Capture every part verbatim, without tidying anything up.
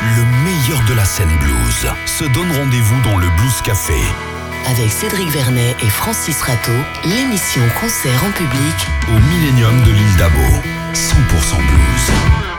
Le meilleur de la scène blues se donne rendez-vous dans le Blues Café. Avec Cédric Vernet et Francis Rateau, l'émission concert en public au Millennium de l'île d'Abo. cent pour cent blues.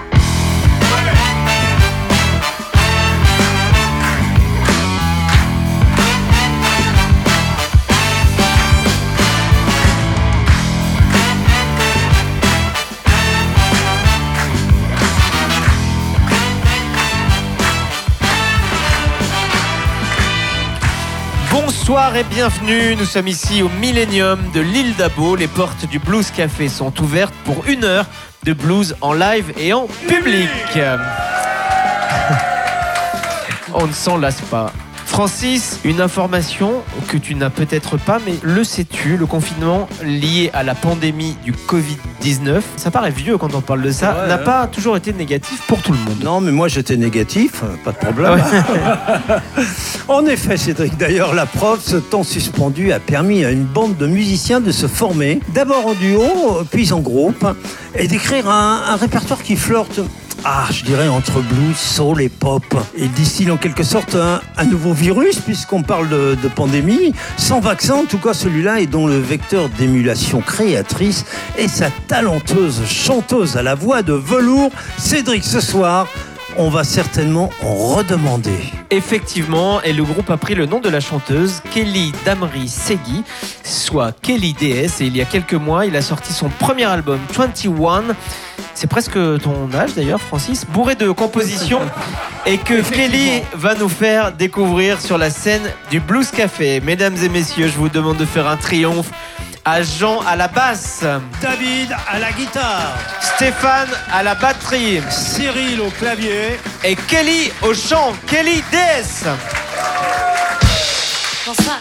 Bonsoir et bienvenue, nous sommes ici au Millennium de l'île d'Abo. Les portes du Blues Café sont ouvertes pour une heure de blues en live et en public. On ne s'en lasse pas. Francis, une information que tu n'as peut-être pas, mais le sais-tu, le confinement lié à la pandémie du covid dix-neuf, ça paraît vieux quand on parle de ça, ouais, n'a hein. pas toujours été négatif pour tout le monde. Non, mais moi j'étais négatif, pas de problème. Ouais. En effet, Cédric, d'ailleurs, la preuve, ce temps suspendu a permis à une bande de musiciens de se former, d'abord en duo, puis en groupe, et d'écrire un, un répertoire qui flirte... Ah, je dirais entre blues, soul et pop. Il distille en quelque sorte un, un nouveau virus, puisqu'on parle de, de pandémie, sans vaccin, en tout cas celui-là, et dont le vecteur d'émulation créatrice est sa talenteuse chanteuse à la voix de velours. Cédric, ce soir, on va certainement en redemander. Effectivement, et le groupe a pris le nom de la chanteuse Kelly Damri Segui, soit Kelly D S, et il y a quelques mois, il a sorti son premier album vingt et un. C'est presque ton âge d'ailleurs, Francis, bourré de compositions et que Kelly va nous faire découvrir sur la scène du Blues Café. Mesdames et messieurs, je vous demande de faire un triomphe à Jean à la basse, David à la guitare, Stéphane à la batterie, Cyril au clavier et Kelly au chant. Kelly D S. Bonsoir.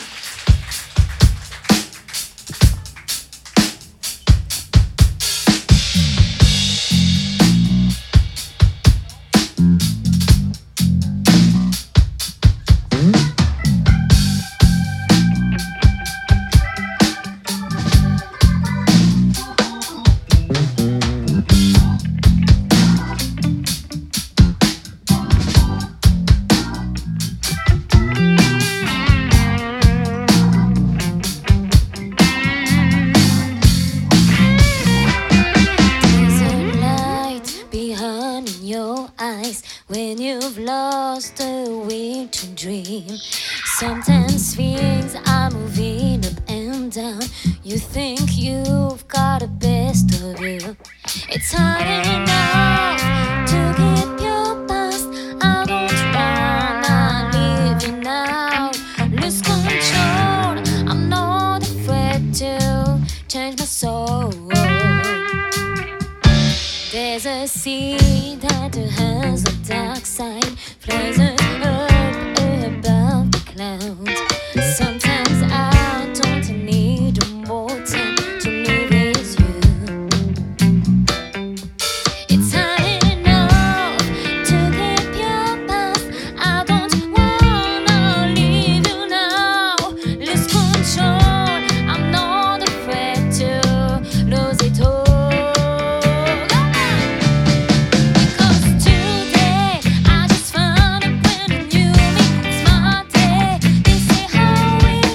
Sometimes feelings are moving up and down. You think you've got the best of you. It's hard enough to keep your past. I don't wanna live it now. Lose control. I'm not afraid to change my soul. There's a sea that has a dark side. Flies up above the clouds. Sometimes I don't need more time to live with you. It's hard enough to keep your past. I don't wanna leave you now. Lose control. I'm not afraid to lose it all. Because today I just found a brand new me. It's my day. This is how we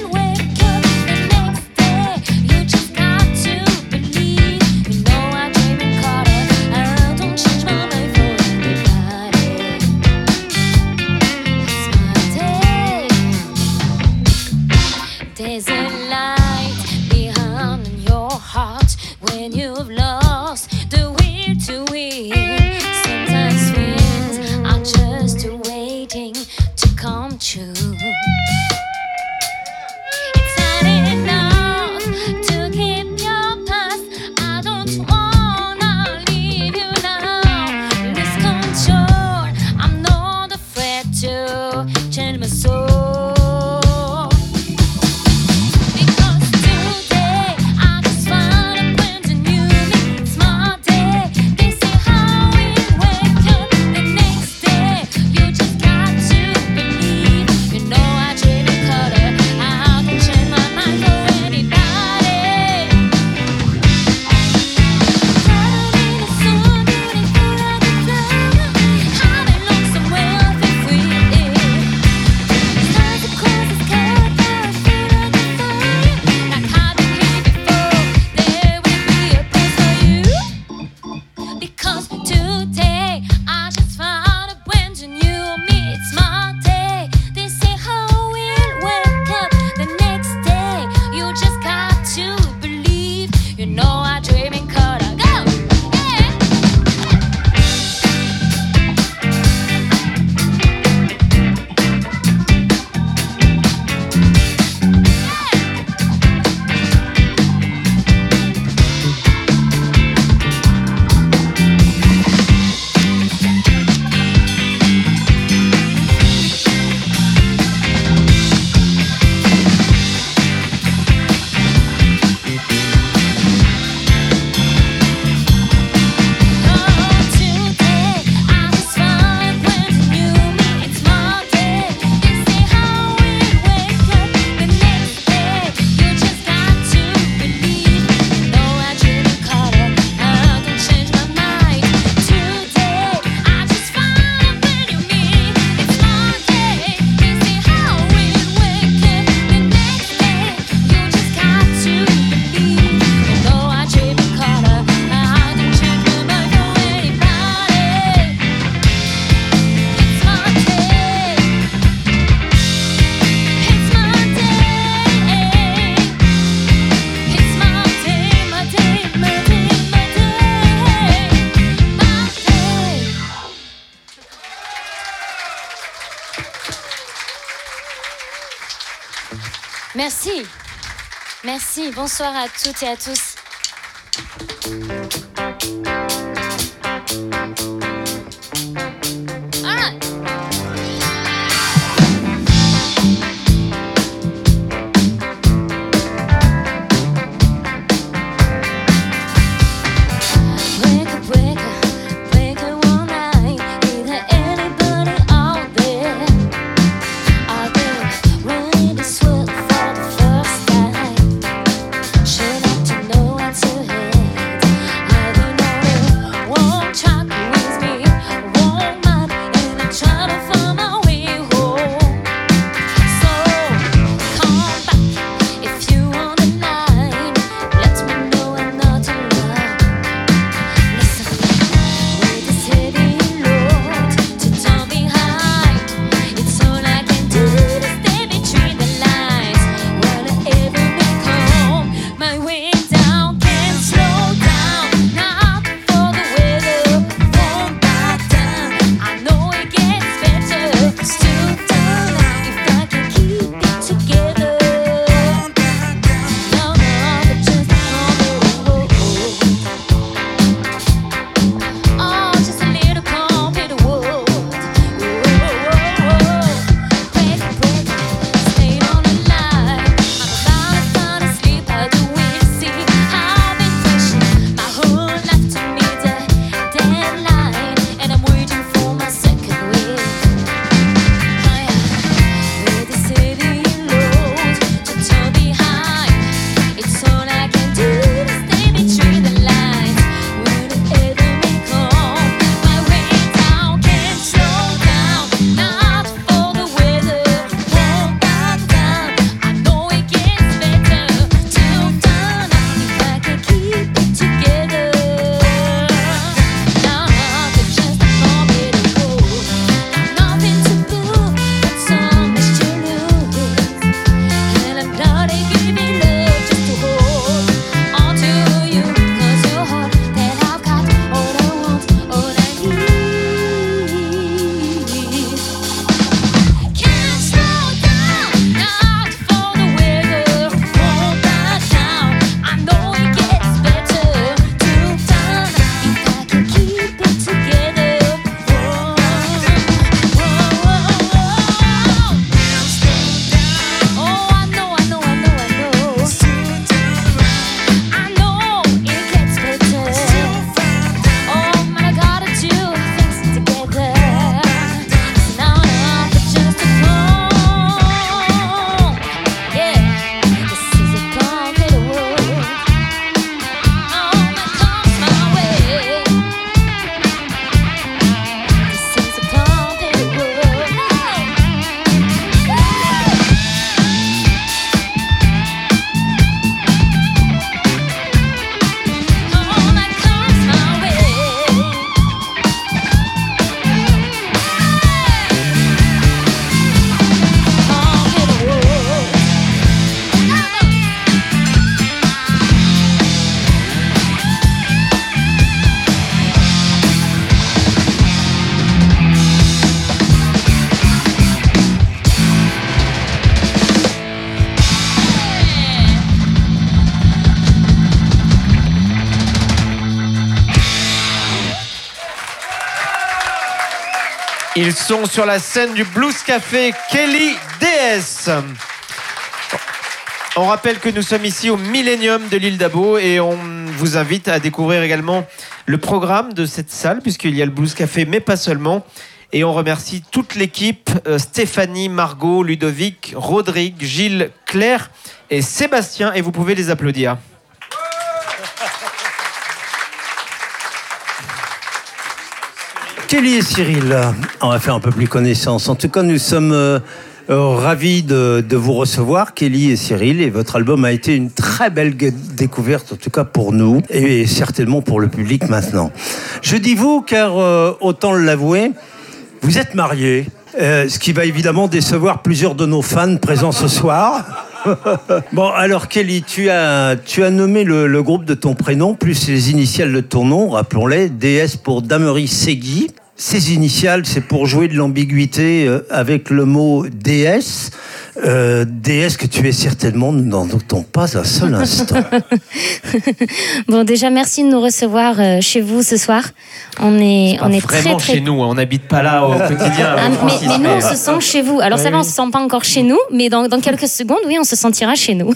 Merci. Merci. Bonsoir à toutes et à tous. Ah. Ils sont sur la scène du Blues Café, Kelly D S. On rappelle que nous sommes ici au Millennium de l'île d'Abo et on vous invite à découvrir également le programme de cette salle puisqu'il y a le Blues Café, mais pas seulement. Et on remercie toute l'équipe, euh, Stéphanie, Margot, Ludovic, Rodrigue, Gilles, Claire et Sébastien. Et vous pouvez les applaudir. Kelly et Cyril, on va faire un peu plus connaissance. En tout cas, nous sommes euh, euh, ravis de, de vous recevoir, Kelly et Cyril. Et votre album a été une très belle découverte, en tout cas pour nous, et certainement pour le public maintenant. Je dis vous, car euh, autant l'avouer, vous êtes mariés, euh, ce qui va évidemment décevoir plusieurs de nos fans présents ce soir. Bon, alors Kelly, tu as, tu as nommé le, le groupe de ton prénom, plus les initiales de ton nom, rappelons-les, D S pour Damery Segui. ces initiales, c'est pour jouer de l'ambiguïté euh, avec le mot déesse. Euh, déesse que tu es certainement, nous n'en doutons pas un seul instant. Bon, déjà, merci de nous recevoir euh, chez vous ce soir. On est, on est très, vraiment très... chez nous, hein. On n'habite pas là au quotidien. Ah, mais, mais nous, on se sent chez vous. Alors, oui, ça va, on oui. se sent pas encore chez nous, mais dans, dans quelques secondes, oui, on se sentira chez nous.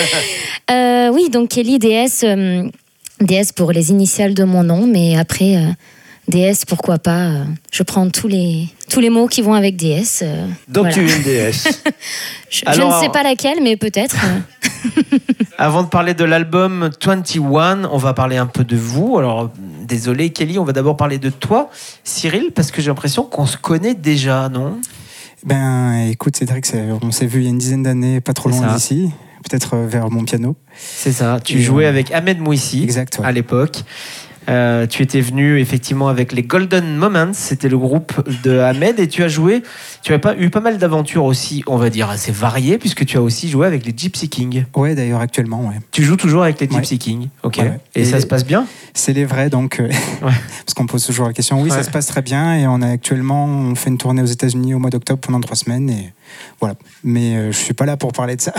euh, oui, donc Kelly, déesse, euh, déesse pour les initiales de mon nom, mais après... Euh, déesse, pourquoi pas. euh, Je prends tous les, tous les mots qui vont avec déesse. euh, Donc voilà. tu es une déesse. Je, Alors- je ne sais pas laquelle, mais peut-être. euh. Avant de parler de l'album vingt et un, on va parler un peu de vous. Alors, désolé Kelly, on va d'abord parler de toi, Cyril, parce que j'ai l'impression qu'on se connaît déjà, non ? Ben, écoute, Cédric, c'est- on s'est vu il y a une dizaine d'années, pas trop C'est loin ça. d'ici, peut-être euh, vers mon piano. C'est ça, tu Et jouais euh, avec Ahmed Mouissi Exact, ouais. à l'époque. Euh, tu étais venu effectivement avec les Golden Moments, c'était le groupe de Ahmed, et tu as joué, tu as pas, eu pas mal d'aventures aussi, on va dire assez variées, puisque tu as aussi joué avec les Gypsy Kings. Ouais, d'ailleurs, actuellement, ouais. Tu joues toujours avec les Ouais. Gypsy Kings, ok. Ouais, ouais. Et, Et- ça se passe bien ? C'est les vrais, donc, euh, Ouais. parce qu'on pose toujours la question. Oui, Ouais. ça se passe très bien, et on a actuellement, on fait une tournée aux États-Unis au mois d'octobre pendant trois semaines, et voilà. Mais euh, je suis pas là pour parler de ça.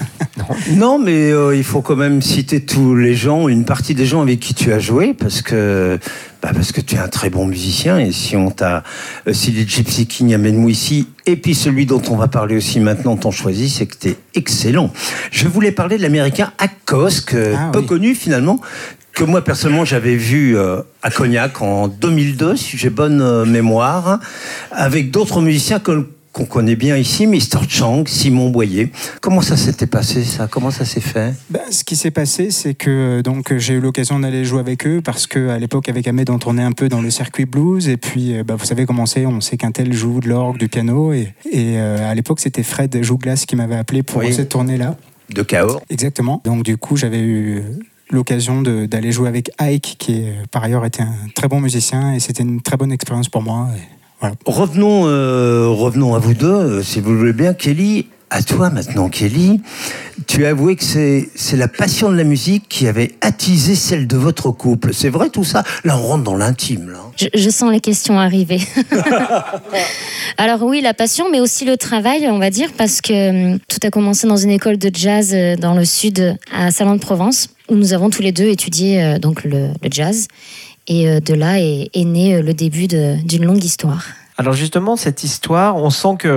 Non, mais euh, il faut quand même citer tous les gens, une partie des gens avec qui tu as joué, parce que, bah, parce que tu es un très bon musicien. Et si on t'a, euh, si les Gypsy Kings amènent ici, et puis celui dont on va parler aussi maintenant, t'ont choisi, c'est que t'es excellent. Je voulais parler de l'américain Akos, que Ah, peu oui. connu finalement, que moi personnellement j'avais vu euh, à Cognac en deux mille deux, si j'ai bonne euh, mémoire, hein, avec d'autres musiciens que qu'on connaît bien ici, mister Chang, Simon Boyer. Comment ça s'était passé, ça ? Comment ça s'est fait ? Ben, ce qui s'est passé, c'est que donc j'ai eu l'occasion d'aller jouer avec eux parce que à l'époque avec Ahmed, on tournait un peu dans le circuit blues et puis euh, bah, vous savez comment c'est, on sait qu'un tel joue de l'orgue, du piano et, et euh, à l'époque c'était Fred Jouglas qui m'avait appelé pour Oui. cette tournée-là. De Cahors. Exactement. Donc du coup j'avais eu l'occasion de- d'aller jouer avec Ike qui est, euh, par ailleurs était un très bon musicien et c'était une très bonne expérience pour moi. Et voilà. Revenons, euh, revenons à vous deux, euh, si vous le voulez bien. Kelly, à toi maintenant, Kelly. Tu as avoué que c'est, c'est la passion de la musique qui avait attisé celle de votre couple. C'est vrai tout ça ? Là, on rentre dans l'intime, là. Je, je sens les questions arriver. Alors oui, la passion, mais aussi le travail, on va dire, parce que hum, tout a commencé dans une école de jazz euh, dans le sud, à Salon de Provence, où nous avons tous les deux étudié euh, donc le, le jazz. Et euh, de là est, est né euh, le début de- d'une longue histoire. Alors justement, cette histoire, on sent que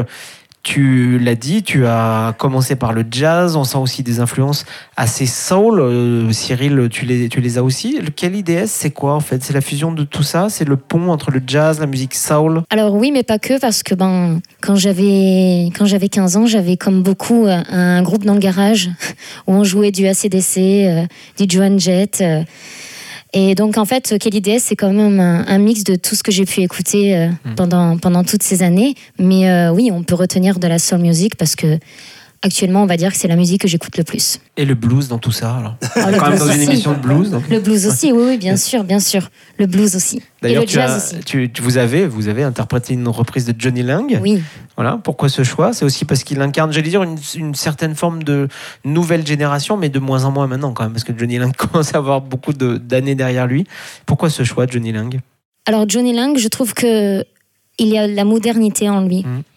tu l'as dit, tu as commencé par le jazz, on sent aussi des influences assez soul. Euh, Cyril, tu les, tu les as aussi. Le Kelly D S, c'est quoi en fait ? C'est la fusion de tout ça ? C'est le pont entre le jazz, la musique soul ? Alors oui, mais pas que, parce que ben, quand j'avais, quand j'avais quinze ans, j'avais comme beaucoup euh, un groupe dans le garage où on jouait du A C D C, euh, du Joan Jett. euh, et donc en fait, Kelly D S, c'est quand même un, un mix de tout ce que j'ai pu écouter euh, pendant, pendant toutes ces années. Mais euh, oui, on peut retenir de la soul music parce que actuellement, on va dire que c'est la musique que j'écoute le plus. Et le blues dans tout ça alors ? Ah, le Quand même blues dans une aussi. émission de blues. donc. Le blues aussi, oui, oui, bien sûr, bien sûr. Le blues aussi. Et D'ailleurs, le tu jazz as, aussi. tu, tu- vous, avez, vous avez interprété une reprise de Johnny Lang. Oui. Voilà. Pourquoi ce choix ? C'est aussi parce qu'il incarne, j'allais dire, une, une certaine forme de nouvelle génération, mais de moins en moins maintenant quand même, parce que Johnny Lang commence à avoir beaucoup de- d'années derrière lui. Pourquoi ce choix, Johnny Lang ? Alors Johnny Lang, je trouve que il y a de la modernité en lui. Mhm.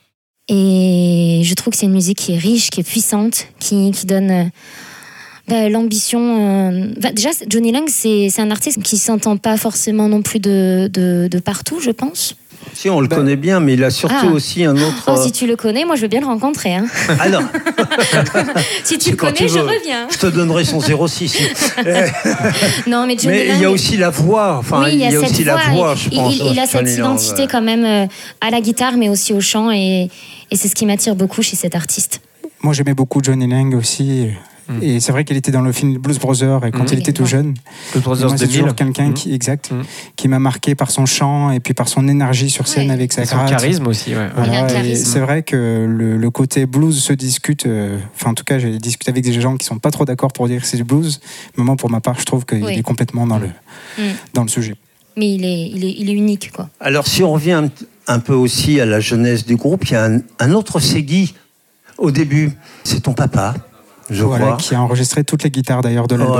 Et je trouve que c'est une musique qui est riche, qui est puissante, qui, qui donne euh, bah, l'ambition. euh, bah, déjà, Johnny Lang, c'est c'est un artiste qui s'entend pas forcément non plus de, de, de partout, je pense. Si, on le Ben- connaît bien, mais il a surtout Ah. aussi un autre... Oh, si tu le connais, moi je veux bien le rencontrer. Hein. Ah non, Si tu C'est le quand connais, tu je veux. reviens. je te donnerai son zéro six. Non, mais Johnny Mais Lang, il y a aussi la voix. Enfin, oui, il y a, cette aussi voix, la voix, et je il, pense. il- il a cette Johnny Lang, identité ouais. quand même euh, à la guitare, mais aussi au chant, et, et c'est ce qui m'attire beaucoup chez cet artiste. Moi j'aimais beaucoup Johnny Lang aussi. Mm. Et c'est vrai qu'il était dans le film Blues Brothers et quand Mm. il était tout jeune. Le Et Brothers moi, c'est deux mille. toujours quelqu'un Mm. qui, exact, Mm. qui m'a marqué par son chant et puis par son énergie sur scène Ouais. avec sa Et son gratte. charisme aussi, ouais. Il a un Voilà, et charisme. c'est vrai que le, le côté blues se discute. euh, Enfin, en tout cas, j'ai discuté avec des gens qui sont pas trop d'accord pour dire que c'est du blues. Mais moi, pour ma part, je trouve qu'il Oui. est complètement dans le Mm. dans le sujet. Mais il est, il est, il est unique, quoi. Alors, si on revient un, un peu aussi à la jeunesse du groupe, il y a un, un autre Segui au début. C'est ton papa, je Voilà, crois. qui a enregistré toutes les guitares d'ailleurs de l'album. Voilà.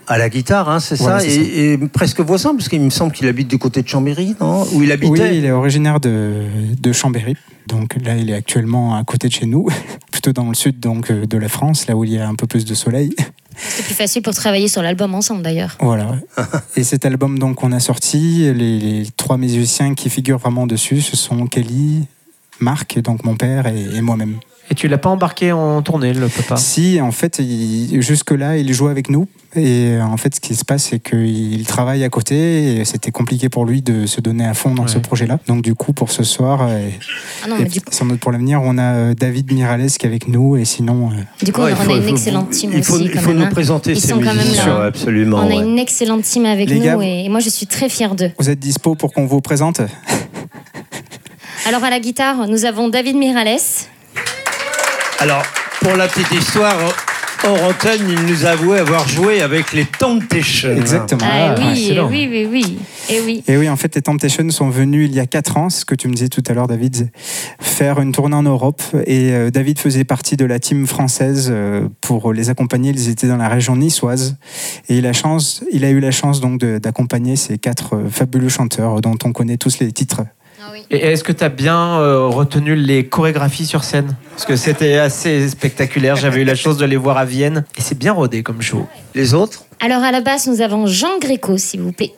À la guitare, hein, c'est Voilà, ça, c'est et, ça. et presque voisin, parce qu'il me semble qu'il habite du côté de Chambéry, non? Où il Oui, habitait. il est originaire de, de Chambéry. Donc là, il est actuellement à côté de chez nous, plutôt dans le sud donc, euh, de la France, là où il y a un peu plus de soleil. C'est plus facile pour travailler sur l'album ensemble d'ailleurs. Voilà. Et cet album donc qu'on a sorti, les, les trois musiciens qui figurent vraiment dessus, ce sont Kelly, Marc, donc mon père, et, et moi-même. Et tu l'as pas embarqué en tournée, le papa? Si, en fait, il- jusque-là, il joue avec nous. Et en fait, ce qui se passe, c'est qu'il travaille à côté et c'était compliqué pour lui de se donner à fond dans Ouais. ce projet-là. Donc, du coup, pour ce soir, et, Ah non, et mais du coup, sans doute pour l'avenir, on a euh, David Miralles qui est avec nous. Et sinon, euh, du coup, Ouais, on il faut- a il une faut- excellente team il faut, aussi. Il quand faut même, nous hein. présenter Ils ces sont quand même musiciens, là. absolument. On a ouais. une excellente team avec Les nous gars, et moi je suis très fière d'eux. vous êtes dispo pour qu'on vous présente? Alors à la guitare, nous avons David Miralles. Alors, pour la petite histoire, hors antenne, il nous a avoué avoir joué avec les Temptations. Exactement. Ah, Ah, oui, excellent. oui, oui, oui. Et oui. Et oui, en fait, les Temptations sont venus il y a quatre ans, ce que tu me disais tout à l'heure, David, faire une tournée en Europe. Et euh, David faisait partie de la team française euh, pour les accompagner. Ils étaient dans la région niçoise. Et il a, chance, il a eu la chance donc de- d'accompagner ces quatre euh, fabuleux chanteurs dont on connaît tous les titres. Et est-ce que tu as bien euh, retenu les chorégraphies sur scène? Parce que c'était assez spectaculaire. J'avais eu la chance de les voir à Vienne. Et c'est bien rodé comme show. Les autres? Alors à la basse, nous avons Jean Gréco, s'il vous plaît.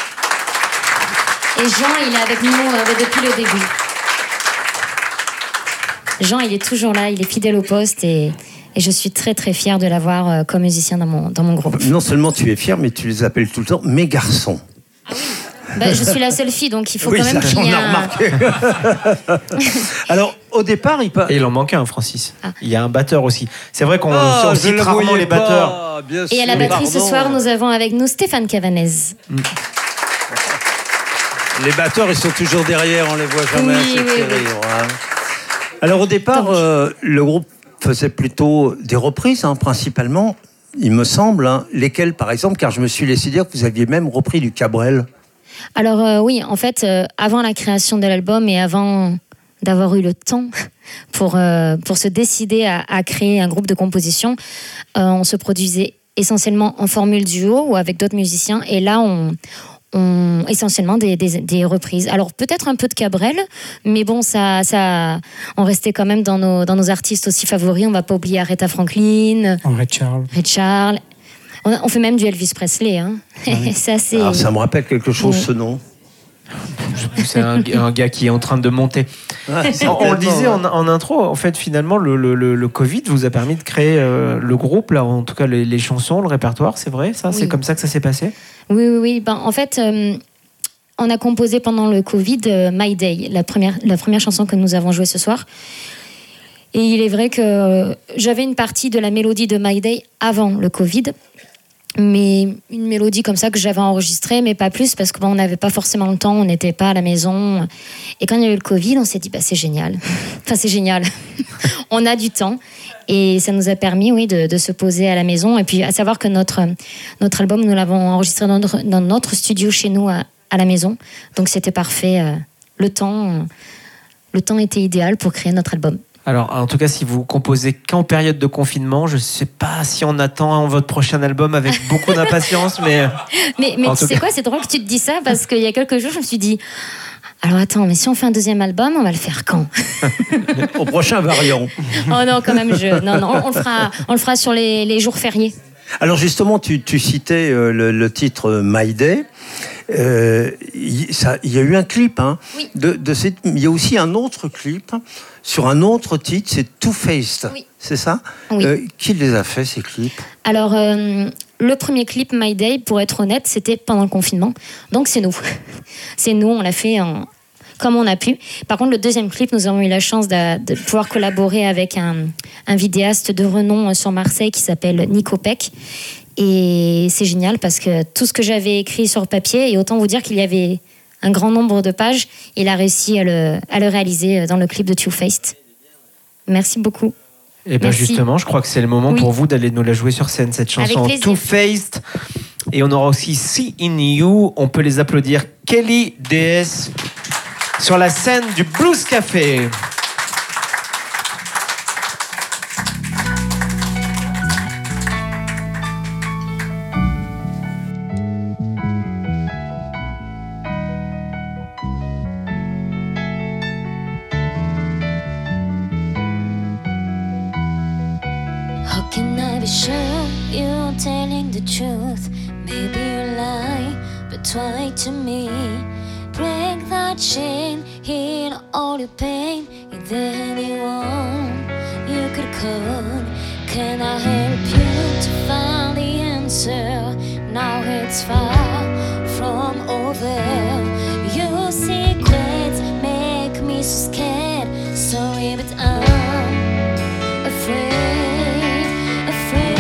Et Jean, il est avec nous euh, depuis le début. Jean, il est toujours là, il est fidèle au poste et, et je suis très très fière de l'avoir euh, comme musicien dans mon, dans mon groupe. Non seulement tu es fier, mais tu les appelles tout le temps mes garçons. Bah, je suis la seule fille, donc il faut Oui, quand même ça, qu'il y j'en ait ai un... remarqué. Alors, au départ, il pa- Et il en manquait un, Francis. Ah. Il y a un batteur aussi. C'est vrai qu'on Ah, on je cite le rarement voyais les pas, batteurs. bien Et à la sûr. batterie ce Pardon. soir, nous avons avec nous Stéphane Cavanez. Les batteurs, ils sont toujours derrière, on les voit jamais. Oui, c'est oui, terrible, hein. Alors, au départ, euh, le groupe faisait plutôt des reprises, hein, principalement, il me semble. Hein. Lesquelles, par exemple, car je me suis laissé dire que vous aviez même repris du Cabrel. Alors euh, oui, en fait, euh, avant la création de l'album et avant d'avoir eu le temps pour, euh, pour se décider à, à créer un groupe de composition, euh, on se produisait essentiellement en formule duo ou avec d'autres musiciens. Et là, on, on essentiellement des, des, des reprises. Alors peut-être un peu de Cabrel, mais bon, ça, ça, on restait quand même dans nos, dans nos artistes aussi favoris. On va pas oublier Aretha Franklin, Ray Charles. Ray Charles. On, a- on fait même du Elvis Presley. Hein. ça, c'est... Alors, ça me rappelle quelque chose, Oui. ce nom. C'est un, un gars qui est en train de monter. Ah, On, on le disait en, ouais. en intro, en fait, finalement, le, le, le- le Covid vous a permis de créer euh, le groupe, là, en tout cas les, les chansons, le répertoire, c'est vrai, ça? Oui. C'est comme ça que ça s'est passé? Oui, oui, oui. Ben, en fait, euh, on a composé pendant le Covid euh, My Day, la première, la première chanson que nous avons jouée ce soir. Et il est vrai que euh, j'avais une partie de la mélodie de My Day avant le Covid, mais une mélodie comme ça que j'avais enregistrée, mais pas plus, parce qu'on n'avait pas forcément le temps, on n'était pas à la maison. Et quand il y a eu le Covid, on s'est dit, bah, c'est génial. Enfin, c'est génial. On a du temps. Et ça nous a permis, oui, de, de se poser à la maison. Et puis, à savoir que notre, notre album, nous l'avons enregistré dans notre, dans notre studio chez nous, à, à la maison. Donc, c'était parfait. Euh, Le temps, euh, le temps était idéal pour créer notre album. Alors, en tout cas, si vous composez qu'en période de confinement, je ne sais pas si on attend votre prochain album avec beaucoup d'impatience, mais... Mais, mais En tu tout sais cas- quoi, c'est drôle que tu te dis ça, parce qu'il y a quelques jours, je me suis dit... Alors attends, mais si on fait un deuxième album, on va le faire quand? Au prochain variant. Oh non, quand même, je... Non, non, on, on le fera, on le fera sur les, les jours fériés. Alors justement, tu, tu citais euh, le, le titre euh, My Day. Euh, Il ça- il y a eu un clip. Hein, Oui. de, de cette- il y a aussi un autre clip sur un autre titre, c'est Two Faced. Oui. C'est ça? Oui. Euh, Qui les a fait, ces clips? Alors, euh, le premier clip My Day, pour être honnête, c'était pendant le confinement. Donc, c'est nous. C'est nous, on l'a fait en- comme on a pu. Par contre, le deuxième clip, nous avons eu la chance de, de pouvoir collaborer avec un, un vidéaste de renom sur Marseille qui s'appelle Nico Peck. Et c'est génial parce que tout ce que j'avais écrit sur papier, et autant vous dire qu'il y avait un grand nombre de pages, il a réussi à le, à le réaliser dans le clip de Two Faced. Merci beaucoup. Et bien Merci. justement, je crois que c'est le moment Oui. pour vous d'aller nous la jouer sur scène, cette Avec chanson plaisir. Two Faced. Et on aura aussi See in You. On peut les applaudir. Kelly D S sur la scène du Blues Café. the truth. Maybe you lie, but try to me. Break that chain, heal all your pain. Is there anyone you could call? Can I help you to find the answer? Now it's far from over. Your secrets make me so scared. Sorry, but I'm afraid, afraid.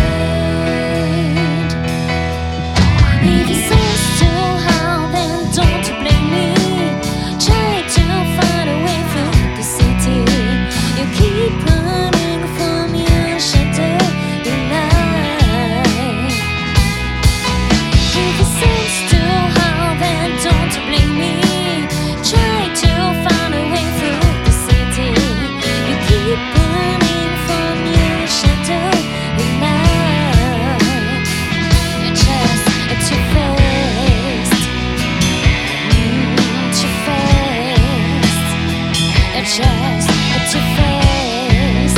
If it seems too hard, then don't you blame me. Try to find a way through the city. You keep running from your shadow, your light. If it seems too hard, then don't you blame me. Try to find a way through the city. You keep running from your shadow, your light. You're just too fast, mm, too fast. You're just too fast,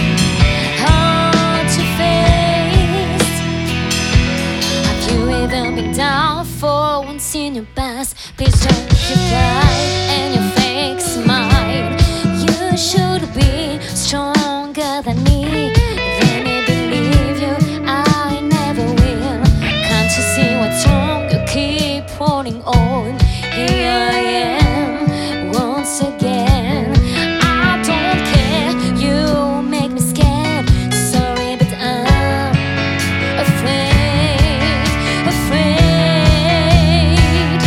oh, too fast. Have you ever been down for once in your past? Please turn your pride and your fake smile. You should be stronger than me. Let me believe you, I never will. Can't you see what's wrong? You keep holding on. Here I am, once again. I don't care, you make me scared. Sorry, but I'm afraid, afraid.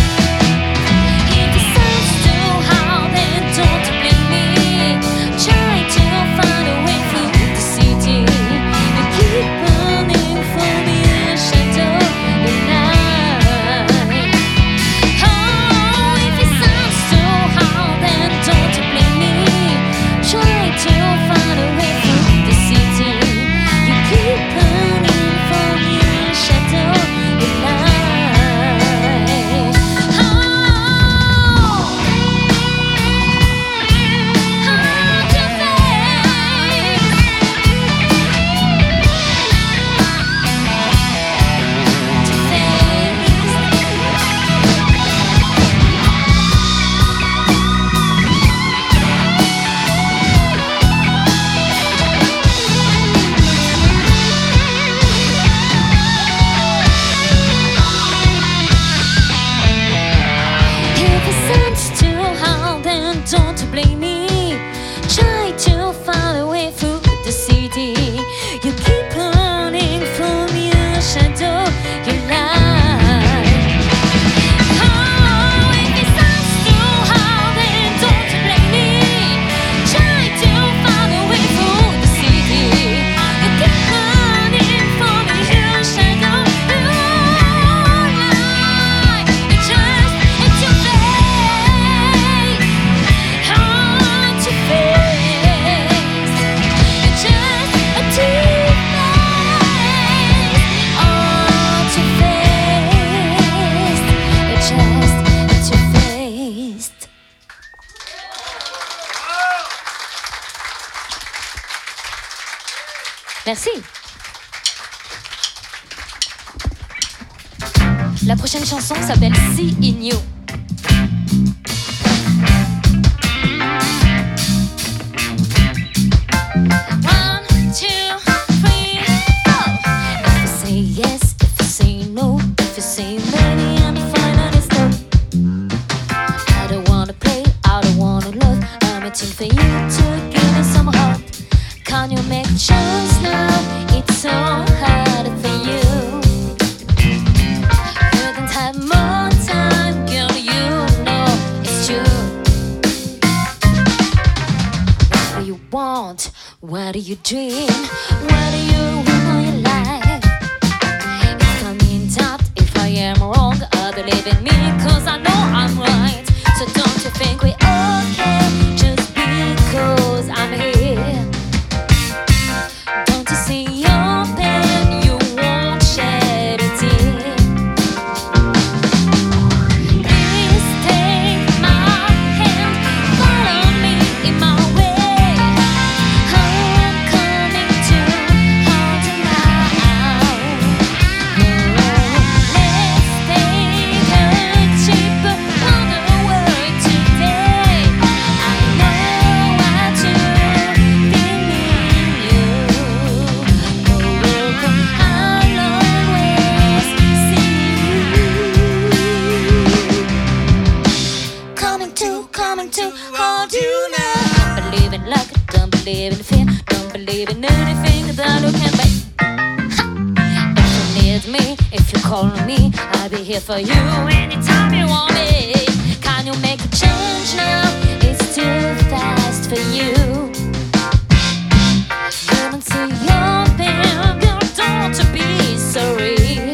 If it sounds too hard, then don't you blame me. Try to find a way through the city. You keep running from your shadow, your night. Oh, if it sounds too hard, then don't you blame me. Try to find a way through the city. You keep running from your shadow, your night. Oh, oh, too If it sounds too hard, then don't you blame me. Try to find a way through the city. You keep running from your shadow, your light. Oh, if it sounds too hard, then don't you blame me. Try to find a way through the city. You keep running from your shadow, your light. It's just, it's too fast. Oh, too fast. It's just too fast. Oh, too fast. It's just too fast. Merci. La prochaine chanson s'appelle See in You. One, two, three, four. If you say yes, if you say no, if you say maybe, I'm fine on this stuff. I don't wanna play, I don't wanna love. I'm waiting for you to give me some heart. Can you make a choice now? It's so hard for you. Couldn't have more time, girl, you know it's true. What do you want? What do you dream? What do you want in your life? If I'm in doubt, if I am wrong, I believe in me, cause I know I'm right. So don't you think we're okay just because I'm here? Don't you see your pain? You won't shed a tear. Please take my hand, follow me in my way. I'm coming to hold you now. coming to hold you now. Don't believe in luck, don't believe in fear, don't believe in anything that you can make. If you need me, if you call me, I'll be here for you anytime you want me. Can you make a change now? It's too fast for you. Couldn't see your pain, you don't want to be sorry.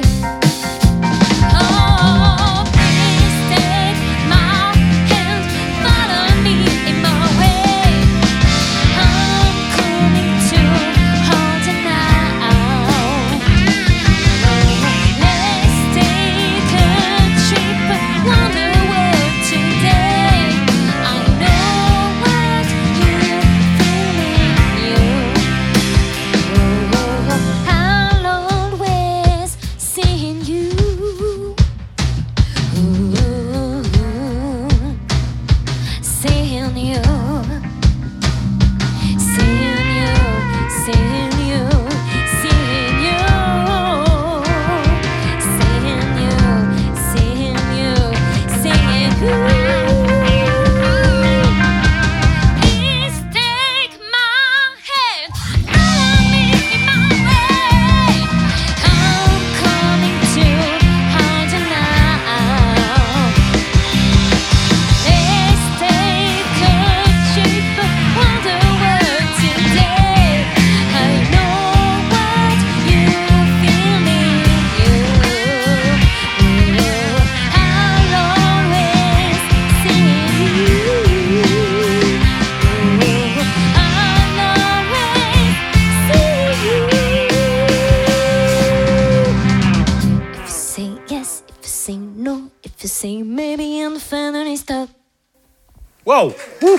Wow! Ouh.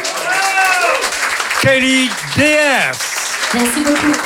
Kelly D S. Merci beaucoup.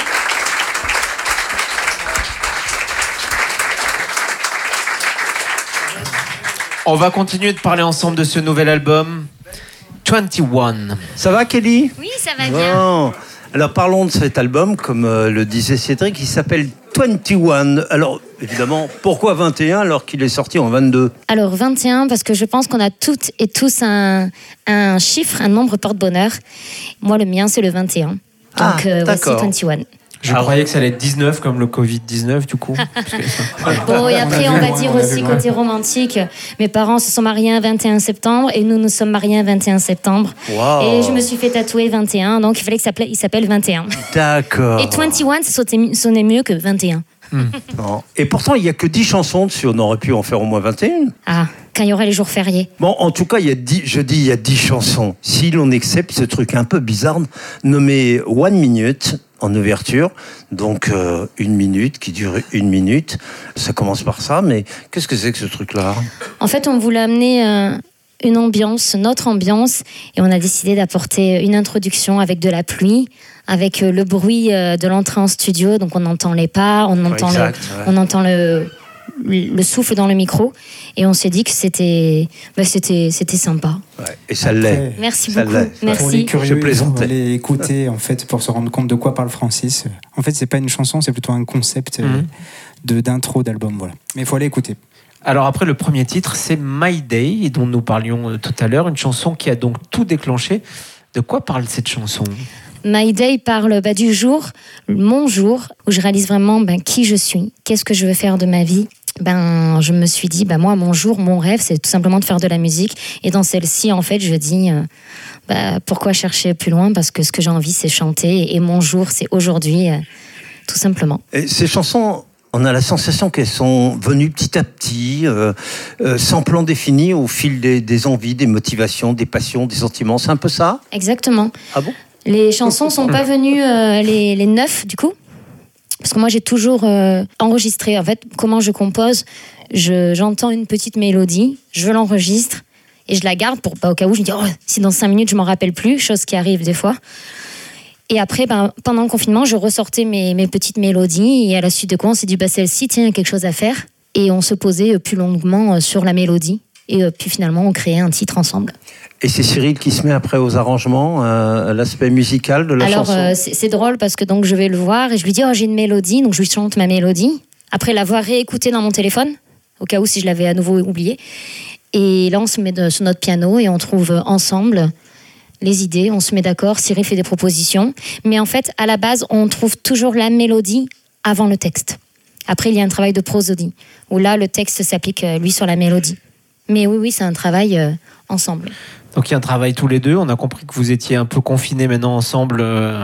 On va continuer de parler ensemble de ce nouvel album, vingt et un. Ça va, Kelly? Oui, ça va bien. Bon. Alors parlons de cet album, comme euh, le disait Cédric, il s'appelle vingt et un. Alors évidemment, pourquoi vingt et un alors qu'il est sorti en vingt-deux? Alors vingt et un, parce que je pense qu'on a toutes et tous un, un chiffre, un nombre porte-bonheur. Moi, le mien, c'est le vingt et un. Donc ah, euh, voici d'accord. vingt et un. Je Ah, croyais que ça allait être dix-neuf comme le covid dix-neuf du coup. Parce que ça- Bon, et après, On on a vu va loin, dire on a vu aussi loin. côté romantique. Mes parents se sont mariés un vingt et un septembre et nous nous sommes mariés un vingt et un septembre. Wow. Et je me suis fait tatouer vingt et un, donc il fallait qu'il s'appelle, il s'appelle vingt et un. D'accord. Et vingt et un, ça sonnait- sonnait mieux que vingt et un. Non. Et pourtant, il n'y a que dix chansons dessus. On aurait pu en faire au moins vingt et un. Ah, quand il y aura les jours fériés. Bon, en tout cas, il y a dix, je dis il y a dix chansons. Si l'on accepte ce truc un peu bizarre nommé One Minute en ouverture, donc euh, une minute qui dure une minute. Ça commence par ça, mais qu'est-ce que c'est que ce truc-là? En fait, on voulait amener euh, une ambiance, notre ambiance, et on a décidé d'apporter une introduction avec de la pluie, avec euh, le bruit euh, de l'entrée en studio, donc on entend les pas, on entend, exact, le, ouais. on entend le, le souffle dans le micro, et on s'est dit que c'était, bah, c'était, c'était sympa. Ouais, et ça l'est. Merci Ça beaucoup. l'est. Pour les Merci. curieux, Je il faut plaisantais. aller écouter en fait pour se rendre compte de quoi parle Francis. En fait, c'est pas une chanson, c'est plutôt un concept euh, Mhm. de d'intro d'album, voilà. Mais il faut aller écouter. Alors après, le premier titre, c'est My Day, dont nous parlions euh, tout à l'heure, une chanson qui a donc tout déclenché. De quoi parle cette chanson? My Day parle bah, du jour, mon jour, où je réalise vraiment ben, qui je suis, qu'est-ce que je veux faire de ma vie. Ben, je me suis dit, ben, moi, mon jour, mon rêve, c'est tout simplement de faire de la musique. Et dans celle-ci, en fait, je dis, euh, ben, pourquoi chercher plus loin? Parce que ce que j'ai envie, c'est chanter. Et mon jour, c'est aujourd'hui, euh, tout simplement. Et ces chansons, on a la sensation qu'elles sont venues petit à petit, euh, euh, sans plan défini, au fil des, des envies, des motivations, des passions, des sentiments. C'est un peu ça? Exactement. Ah bon? Les chansons sont pas venues euh, les, les neuf, du coup. Parce que moi, j'ai toujours euh, enregistré. En fait, comment je compose, je, j'entends une petite mélodie, je l'enregistre et je la garde pour, bah, au cas où je me dis, oh, si dans cinq minutes, je m'en rappelle plus, chose qui arrive des fois. Et après, ben, pendant le confinement, je ressortais mes, mes petites mélodies et à la suite de quoi, on s'est dit, bah, celle-ci, tiens, il y a quelque chose à faire. Et on se posait plus longuement sur la mélodie. Et puis finalement, on créait un titre ensemble. Et c'est Cyril qui se met après aux arrangements, euh, l'aspect musical de la Alors, chanson. euh, c'est, c'est drôle parce que donc je vais le voir et je lui dis, oh, j'ai une mélodie, donc je lui chante ma mélodie. Après l'avoir réécoutée dans mon téléphone, au cas où si je l'avais à nouveau oublié. Et là, on se met de, sur notre piano et on trouve ensemble les idées, on se met d'accord, Cyril fait des propositions. Mais en fait, à la base, on trouve toujours la mélodie avant le texte. Après, il y a un travail de prosodie, où là, le texte s'applique, lui, sur la mélodie. Mais oui, oui, c'est un travail euh, ensemble. Donc il y a un travail tous les deux. On a compris que vous étiez un peu confinés maintenant ensemble euh,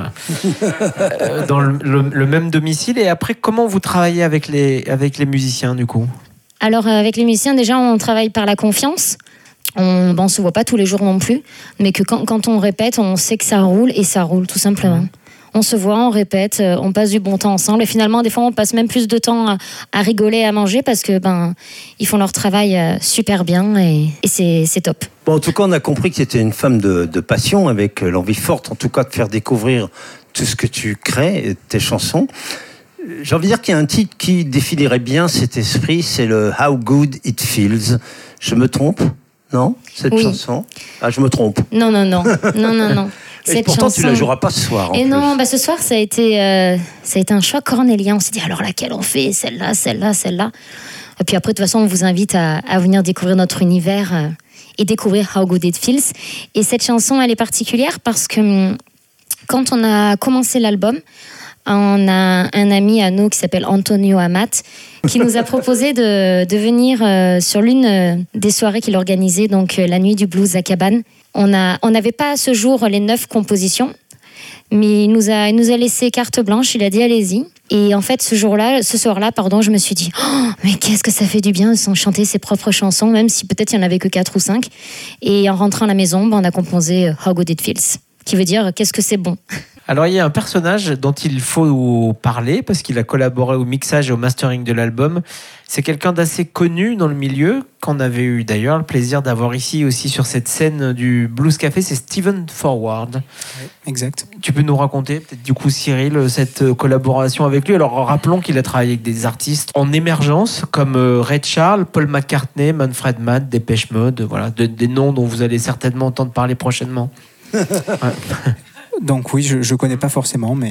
euh, dans le, le, le même domicile. Et après, comment vous travaillez avec les, avec les musiciens, du coup ? Alors, avec les musiciens, déjà, on travaille par la confiance. On ne se voit pas tous les jours non plus, mais que quand, quand on répète, on sait que ça roule, et ça roule tout simplement. Mmh. On se voit, on répète, on passe du bon temps ensemble, et finalement, des fois, on passe même plus de temps à, à rigoler, à manger, parce que ben, ils font leur travail super bien, et, et c'est, c'est top. Bon, en tout cas, on a compris que c'était une femme de, de passion, avec l'envie forte, en tout cas, de faire découvrir tout ce que tu crées, tes chansons. J'ai envie de dire qu'il y a un titre qui définirait bien cet esprit, c'est le « How Good It Feels ». Je me trompe ? Non, cette oui. chanson. Ah, je me trompe. Non, non, non, non, non, non. Et pourtant, chanson... tu la joueras pas ce soir. En et plus. non, bah ce soir, ça a été, euh, ça a été un choix cornélien. On s'est dit alors laquelle on fait, celle-là, celle-là, celle-là. Et puis après, de toute façon, on vous invite à, à venir découvrir notre univers euh, et découvrir How Good It Feels. Et cette chanson, elle est particulière parce que quand on a commencé l'album, on a un ami à nous qui s'appelle Antonio Amat qui nous a proposé de, de venir euh, sur l'une des soirées qu'il organisait, donc euh, la nuit du blues à Cabane. On a, on n'avait pas à ce jour les neuf compositions, mais il nous a, il nous a laissé carte blanche. Il a dit allez-y. Et en fait, ce jour-là, ce soir-là, pardon, je me suis dit oh, mais qu'est-ce que ça fait du bien de chanter ses propres chansons, même si peut-être il n'y en avait que quatre ou cinq. Et en rentrant à la maison, ben, on a composé How Good It Feels, qui veut dire qu'est-ce que c'est bon. Alors, il y a un personnage dont il faut parler parce qu'il a collaboré au mixage et au mastering de l'album. C'est quelqu'un d'assez connu dans le milieu, qu'on avait eu d'ailleurs le plaisir d'avoir ici aussi sur cette scène du Blues Café. C'est Steven Forward. Oui, exact. Tu peux nous raconter, peut-être du coup, Cyril, cette collaboration avec lui. Alors, rappelons qu'il a travaillé avec des artistes en émergence comme Ray Charles, Paul McCartney, Manfred Mann, Depeche Mode, voilà, de, des noms dont vous allez certainement entendre parler prochainement. Ouais. Donc oui, je ne connais pas forcément, mais...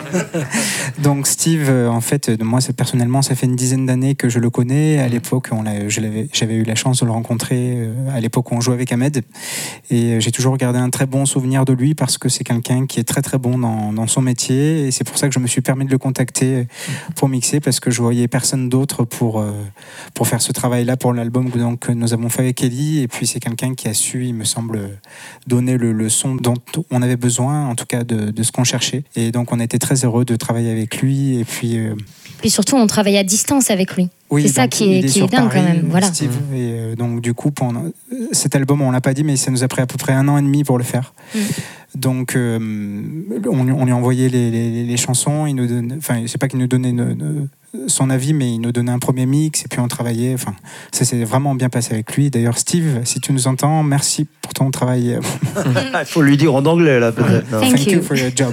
Donc Steve, en fait, moi personnellement, ça fait une dizaine d'années que je le connais. À l'époque, on l'a, je l'avais, j'avais eu la chance de le rencontrer à l'époque où on jouait avec Ahmed. Et j'ai toujours gardé un très bon souvenir de lui parce que c'est quelqu'un qui est très très bon dans, dans son métier. Et c'est pour ça que je me suis permis de le contacter pour mixer, parce que je voyais personne d'autre pour, pour faire ce travail-là pour l'album donc, que nous avons fait avec Ellie. Et puis c'est quelqu'un qui a su, il me semble, donner le, le son dont on avait besoin, en tout cas de, de ce qu'on cherchait. Et donc on était très heureux de travailler avec lui. Et puis, euh... puis surtout, on travaille à distance avec lui. Oui, c'est ça qui est, est, qui est dingue Paris, quand même. Voilà. Steve, mmh. Et euh, donc du coup, pendant cet album, on l'a pas dit, mais ça nous a pris à peu près un an et demi pour le faire. Mmh. Donc, euh, on, on lui envoyait les, les, les chansons. Il nous donne, enfin, c'est pas qu'il nous donnait ne, ne, son avis, mais il nous donnait un premier mix et puis on travaillait. Enfin, ça s'est vraiment bien passé avec lui. D'ailleurs, Steve, si tu nous entends, merci pour ton travail. Il faut lui dire en anglais là, peut-être. Thank, Thank you. you for your job.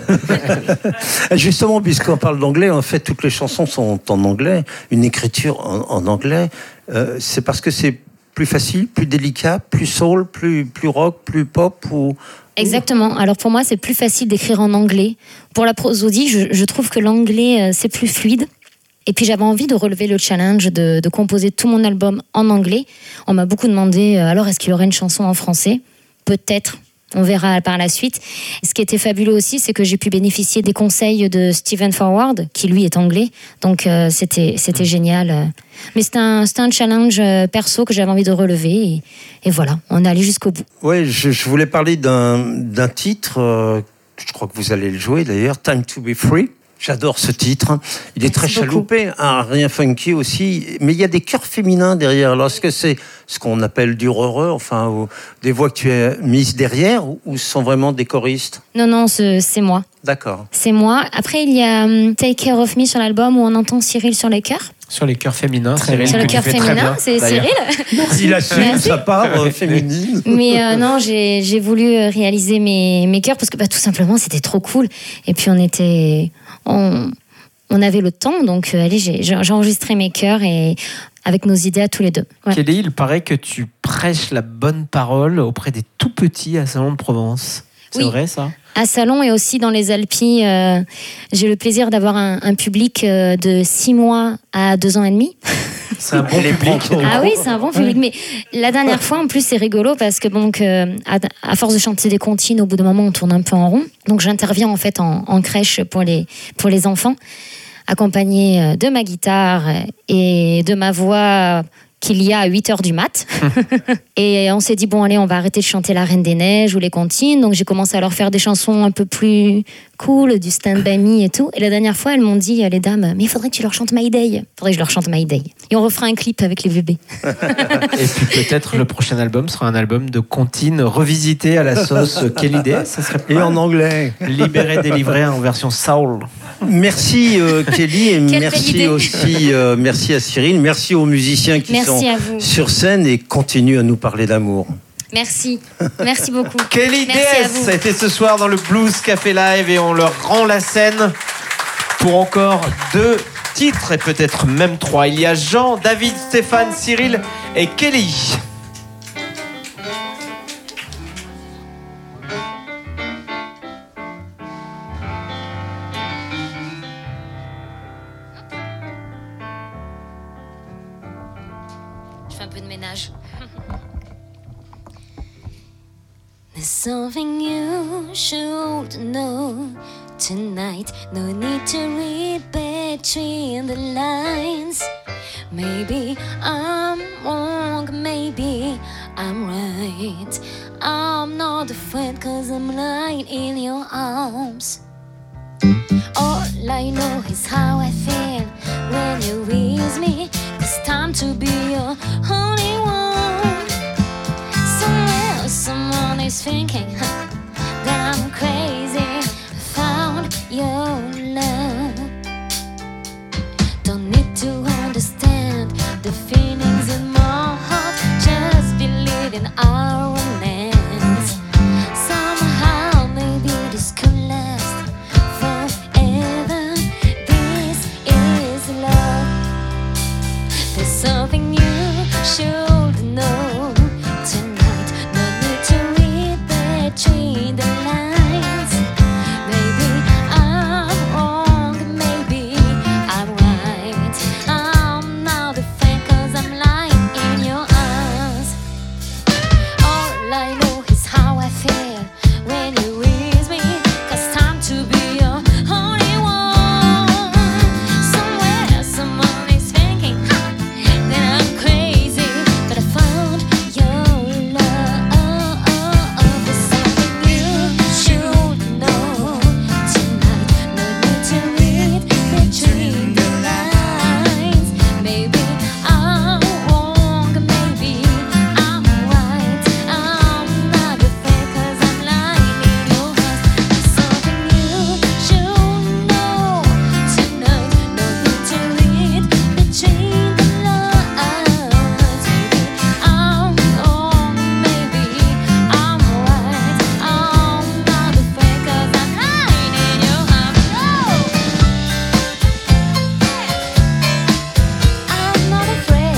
Justement, puisqu'on parle d'anglais, en fait, toutes les chansons sont en anglais, une écriture en, en anglais. Euh, c'est parce que c'est plus facile, plus délicat, plus soul, plus plus rock, plus pop ou... Exactement. Alors pour moi, c'est plus facile d'écrire en anglais. Pour la prosodie, je, je trouve que l'anglais, euh, c'est plus fluide. Et puis j'avais envie de relever le challenge de, de composer tout mon album en anglais. On m'a beaucoup demandé, euh, alors est-ce qu'il y aurait une chanson en français ? Peut-être. On verra par la suite. Ce qui était fabuleux aussi, c'est que j'ai pu bénéficier des conseils de Steven Forward, qui lui est anglais. Donc euh, c'était, c'était génial. Mais c'était un, c'était un challenge euh, perso que j'avais envie de relever. Et, et voilà, on est allé jusqu'au bout. Oui, je, je voulais parler d'un, d'un titre, euh, je crois que vous allez le jouer d'ailleurs, Time to be Free. J'adore ce titre. Il est Merci très chaloupé, hein, rien funky aussi. Mais il y a des chœurs féminins derrière. Alors, est-ce que c'est ce qu'on appelle du heureux, enfin, ou des voix que tu as mises derrière, ou ce sont vraiment des choristes ? Non, non, c'est, c'est moi. D'accord. C'est moi. Après, il y a um, Take Care of Me sur l'album où on entend Cyril sur les chœurs. Sur les chœurs féminins, Cyril, sur le chœur féminin, c'est Cyril. Il assume sa part euh, féminine. Mais euh, non, j'ai, j'ai voulu réaliser mes, mes chœurs parce que bah, tout simplement, c'était trop cool. Et puis, on était... On, on avait le temps, donc euh, allez, j'ai, j'ai enregistré mes chœurs et avec nos idées à tous les deux. Ouais. Kelly, il paraît que tu prêches la bonne parole auprès des tout petits à Salon de Provence. C'est oui. vrai ça ? À Salon et aussi dans les Alpilles, euh, j'ai le plaisir d'avoir un, un public euh, de six mois à deux ans et demi. C'est un bon Les public. prend. Ah oui, c'est un bon public. Mais la dernière fois, en plus, c'est rigolo parce que donc, euh, à, à force de chanter des comptines, au bout d'un moment, on tourne un peu en rond. Donc, j'interviens en fait en, en crèche pour les, pour les enfants, accompagnée de ma guitare et de ma voix qu'il y a à huit heures du mat. Et on s'est dit, bon, allez, on va arrêter de chanter La Reine des Neiges ou les comptines. Donc, j'ai commencé à leur faire des chansons un peu plus cool, du Stand By Me et tout. Et la dernière fois, elles m'ont dit, les dames, mais il faudrait que tu leur chantes My Day. Il faudrait que je leur chante My Day. Et on refera un clip avec les bébés. Et puis peut-être le prochain album sera un album de comptines revisité à la sauce Kelly D S. Ça serait pas Et mal. en anglais. Libéré, délivré en version soul. Merci euh, Kelly et Quelle belle merci idée. aussi euh, merci à Cyril, merci aux musiciens qui Merci sont à vous. sur scène et continuent à nous parler d'amour. Merci. Merci beaucoup. Kelly Merci à D S vous. a été ce soir dans le Blues Café Live et on leur rend la scène pour encore deux titres et peut-être même trois. Il y a Jean, David, Stéphane, Cyril et Kelly. Je fais un peu de ménage. There's something you should know tonight. No need to read between the lines. Maybe I'm wrong, maybe I'm right. I'm not afraid cause I'm lying in your arms. All I know is how I feel when you're with me. It's time to be your only one. Somewhere someone is thinking huh, that I'm crazy. I found your love. Don't need to understand the feelings in my heart. Just believe in our romance. Somehow maybe this could last forever. This is love. There's something you should know tonight. No need to read between the lines. Maybe I'm wrong, maybe I'm right. I'm not afraid cause I'm lying in your arms. All I know is how I feel when you're with me. Cause time to be your only one. Somewhere someone is thinking ha, that I'm crazy. But I found your love. There's something you should know tonight. No need to read between the lines. Maybe I'm wrong, maybe I'm right. I'm not afraid cause I'm lying in your arms. There's something you should know tonight. No need to read between the lines. Maybe I'm wrong, maybe I'm right. I'm not afraid cause I'm lying in your arms. I'm not afraid.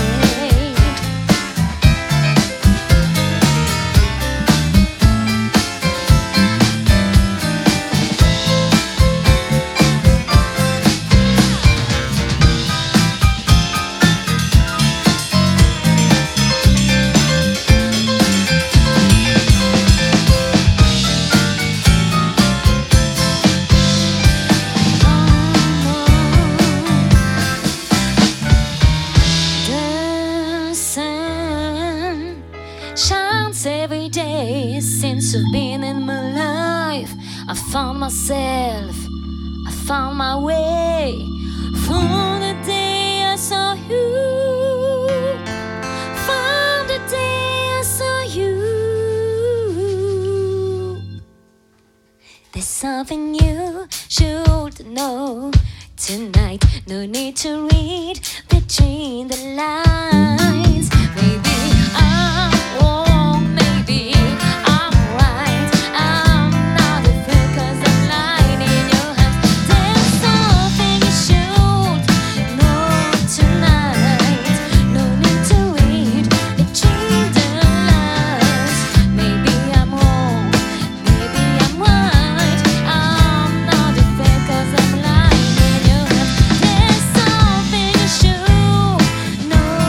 The sun shines every day since you've been in my life. I found myself, I found my way. From the day I saw you, from the day I saw you. There's something you should know tonight. No need to read between the lines. Maybe I'm wrong, maybe I'm right. I'm not afraid cause I'm lying in your hands. There's something you should know tonight. No need to read between the lines. Maybe I'm wrong, maybe I'm right. I'm not afraid cause I'm lying in your hands. There's something you should know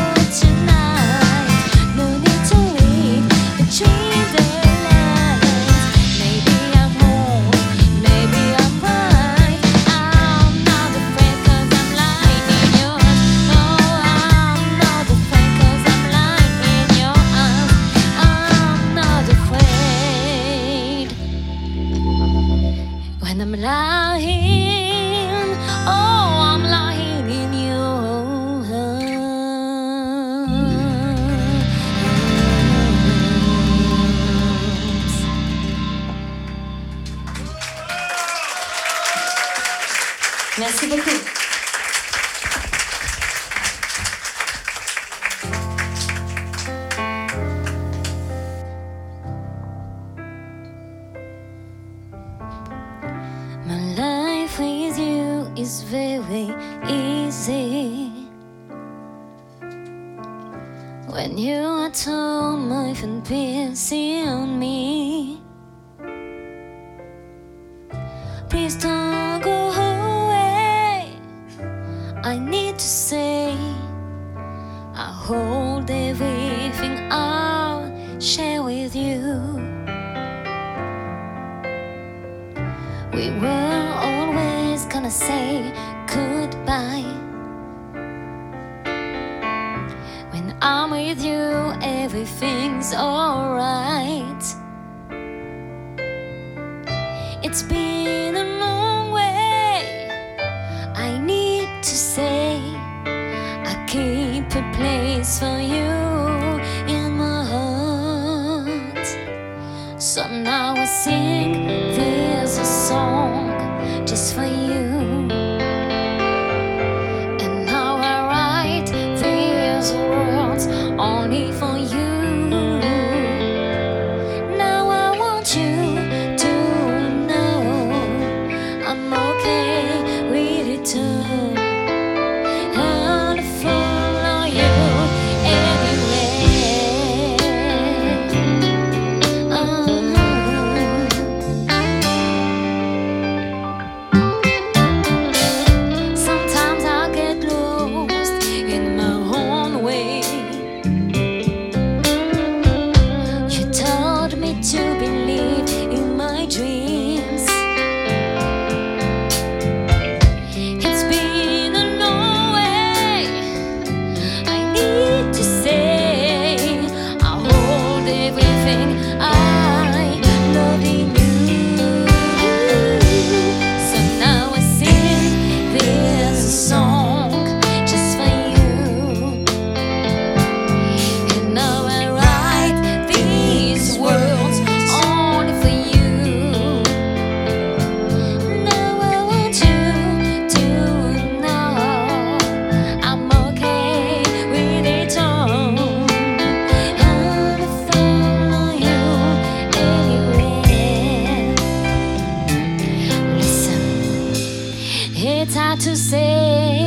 When I'm lying, oh, I'm lying in your arms. Merci beaucoup. My life with you is very easy. When you are tall, my fan piercing on me. Please don't go away. I need to say, I hold everything I'll share with you. We were always gonna say goodbye. When I'm with you, everything's alright. It's been a long way. I need to say, I keep a place for you in my heart. So now I sing, there's a song just for you. And now I write these words only for you. Now I want you to know I'm okay with it too. And I follow you anywhere. Sometimes I get lost in my own way. You taught me to believe in my dreams. It's been a long way. I need to say, I hold everything I love in you. So now I sing this song just for you. And now I write these words only for you. Now I want you to know I'm okay with it all. And I follow you anywhere. Listen, it's hard to say.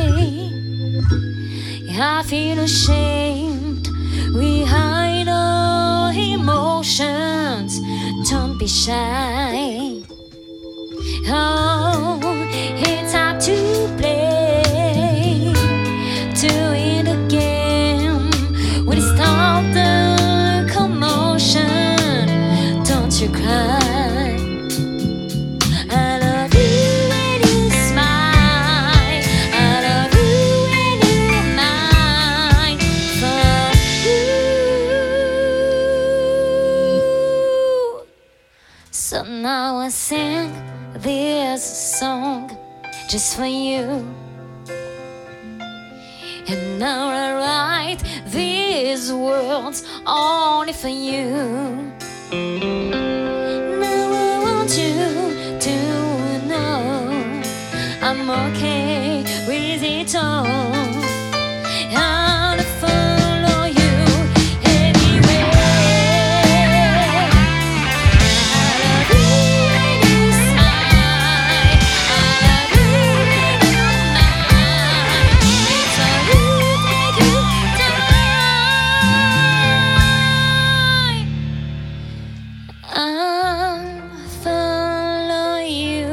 I feel ashamed. We hide our emotions. Don't be shy. Oh, it's hard to play. Do it again. When it stop the commotion, don't you cry. I love you when you smile. I love you when you're mine. For you. So now I sing this song just for you. And now I write these words only for you. Now I want you to know I'm okay with it all. And I follow you anywhere. I love you when you smile. I love you when you're mine. It's for you take you time. I follow you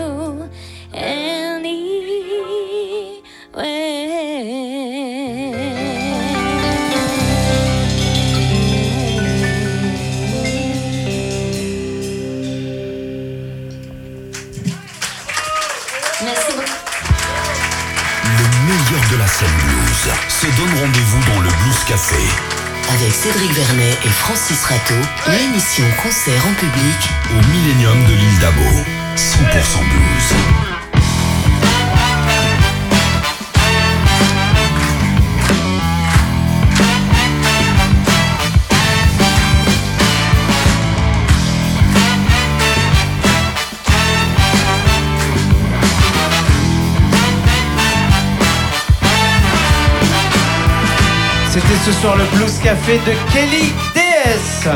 Merci beaucoup. Le meilleur de la scène blues se donne rendez-vous dans le Blues Café. Avec Cédric Vernet et Francis Rateau, l'émission concert en public au Millennium de l'Île d'Abo. cent pour cent blues. C'était ce soir le Blues Café de Kelly D S.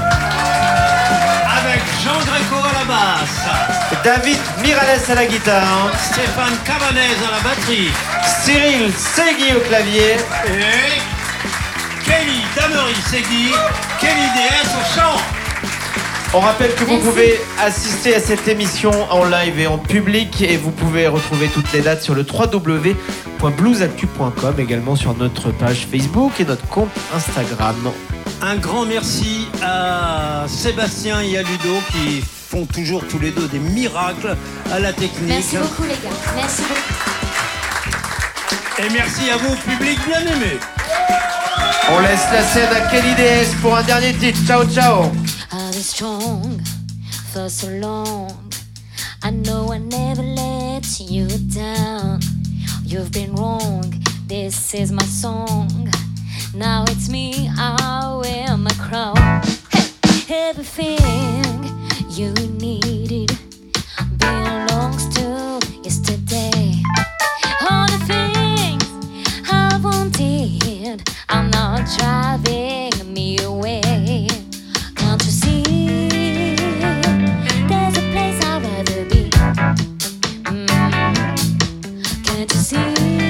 Avec Jean Greco à la basse, David Miralles à la guitare, Stéphane Cabanez à la batterie, Cyril Segui au clavier et Kelly Damery Segui, Kelly D S au chant. On rappelle que vous Merci. pouvez assister à cette émission en live et en public et vous pouvez retrouver toutes les dates sur le w w w point blues actu point com, également sur notre page Facebook et notre compte Instagram. Un grand merci à Sébastien et à Ludo qui font toujours tous les deux des miracles à la technique. Merci beaucoup les gars. Merci beaucoup. Et merci à vous, public bien aimé. On laisse la scène à Kelly D S pour un dernier titre. Ciao ciao. I was strong for so long. I know I never let you down. You've been wrong. This is my song. Now it's me. I wear my crown. Hey, everything you needed belongs to yesterday. All the things I wanted are not driving me away. Can't you see? There's a place I'd rather be. Mm. Can't you see?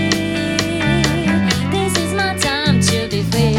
This is my time to be free.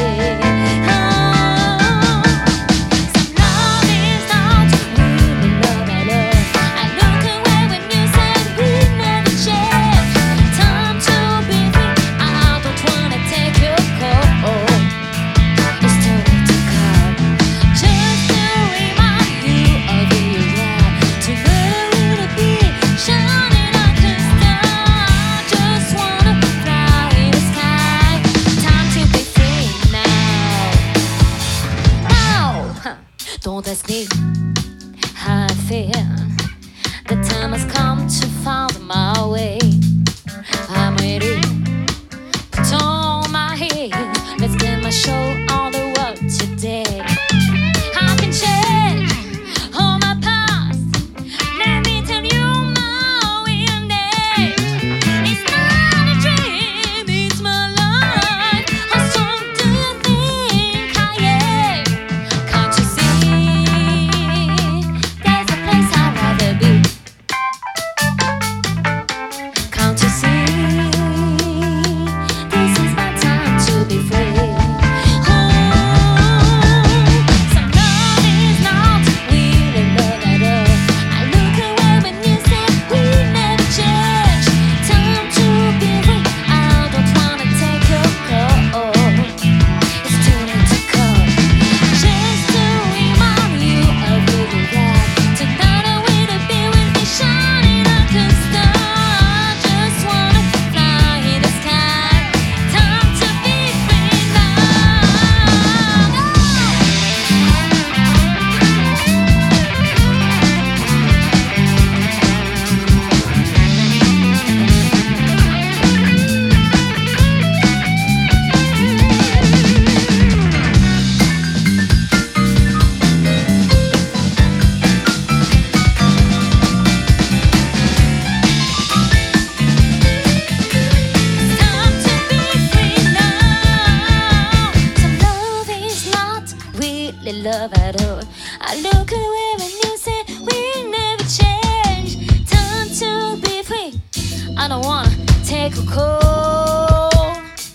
Oh, some love is not really love at all. I look away when you said we never change. Time to be free. I don't wanna take your call. It's too late to come. Just to remind you of who you are. To where to be, shining like a star. Just wanna fly in the sky. Time to be free now. Now, don't ask me how I feel. The time has come to find my way. I'm ready. Put on my head. Let's get my show on the road today. I can change all my past. Let me tell you my real name. It's not a dream, it's my life. How strong do you think I am? Can't you see? There's a place I'd rather be. Can't you see? This is my time to be free. Oh, some love is not really love at all. I look away when you said we never change. Time to be free. I don't wanna take your call. It's too late to call. Just to remind you of who you are. Tonight I will be with me, shining like a star. Just wanna fly in the sky. Time to be free now. Time to be free now. Some love is not really love at all. I look away when you say we never change. Time to be free. I don't wanna take a call.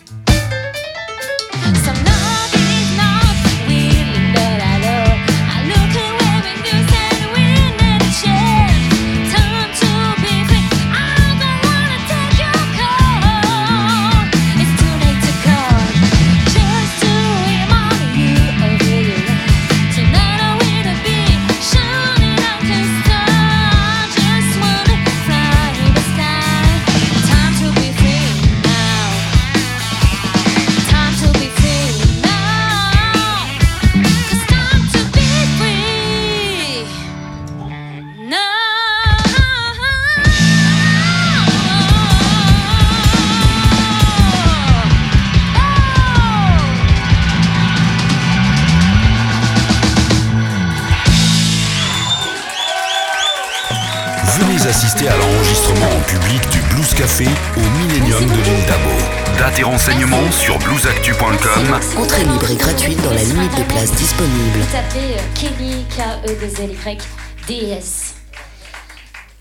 Some love is not really love at all. I look away when you say we never change. Time to be free. I don't wanna take your call. It's too late to call. Just to remind you of who you are. Tonight I will be shining like a star. Just wanna fly in the sky. Time to be free. Venez assister à l'enregistrement en public du Blues Café au Millennium de l'île d'Abo. Dates et renseignements sur blues actu point com. Entrée libre et gratuite dans la limite des places disponibles. Tapez Kelly, K E deux L Y D S.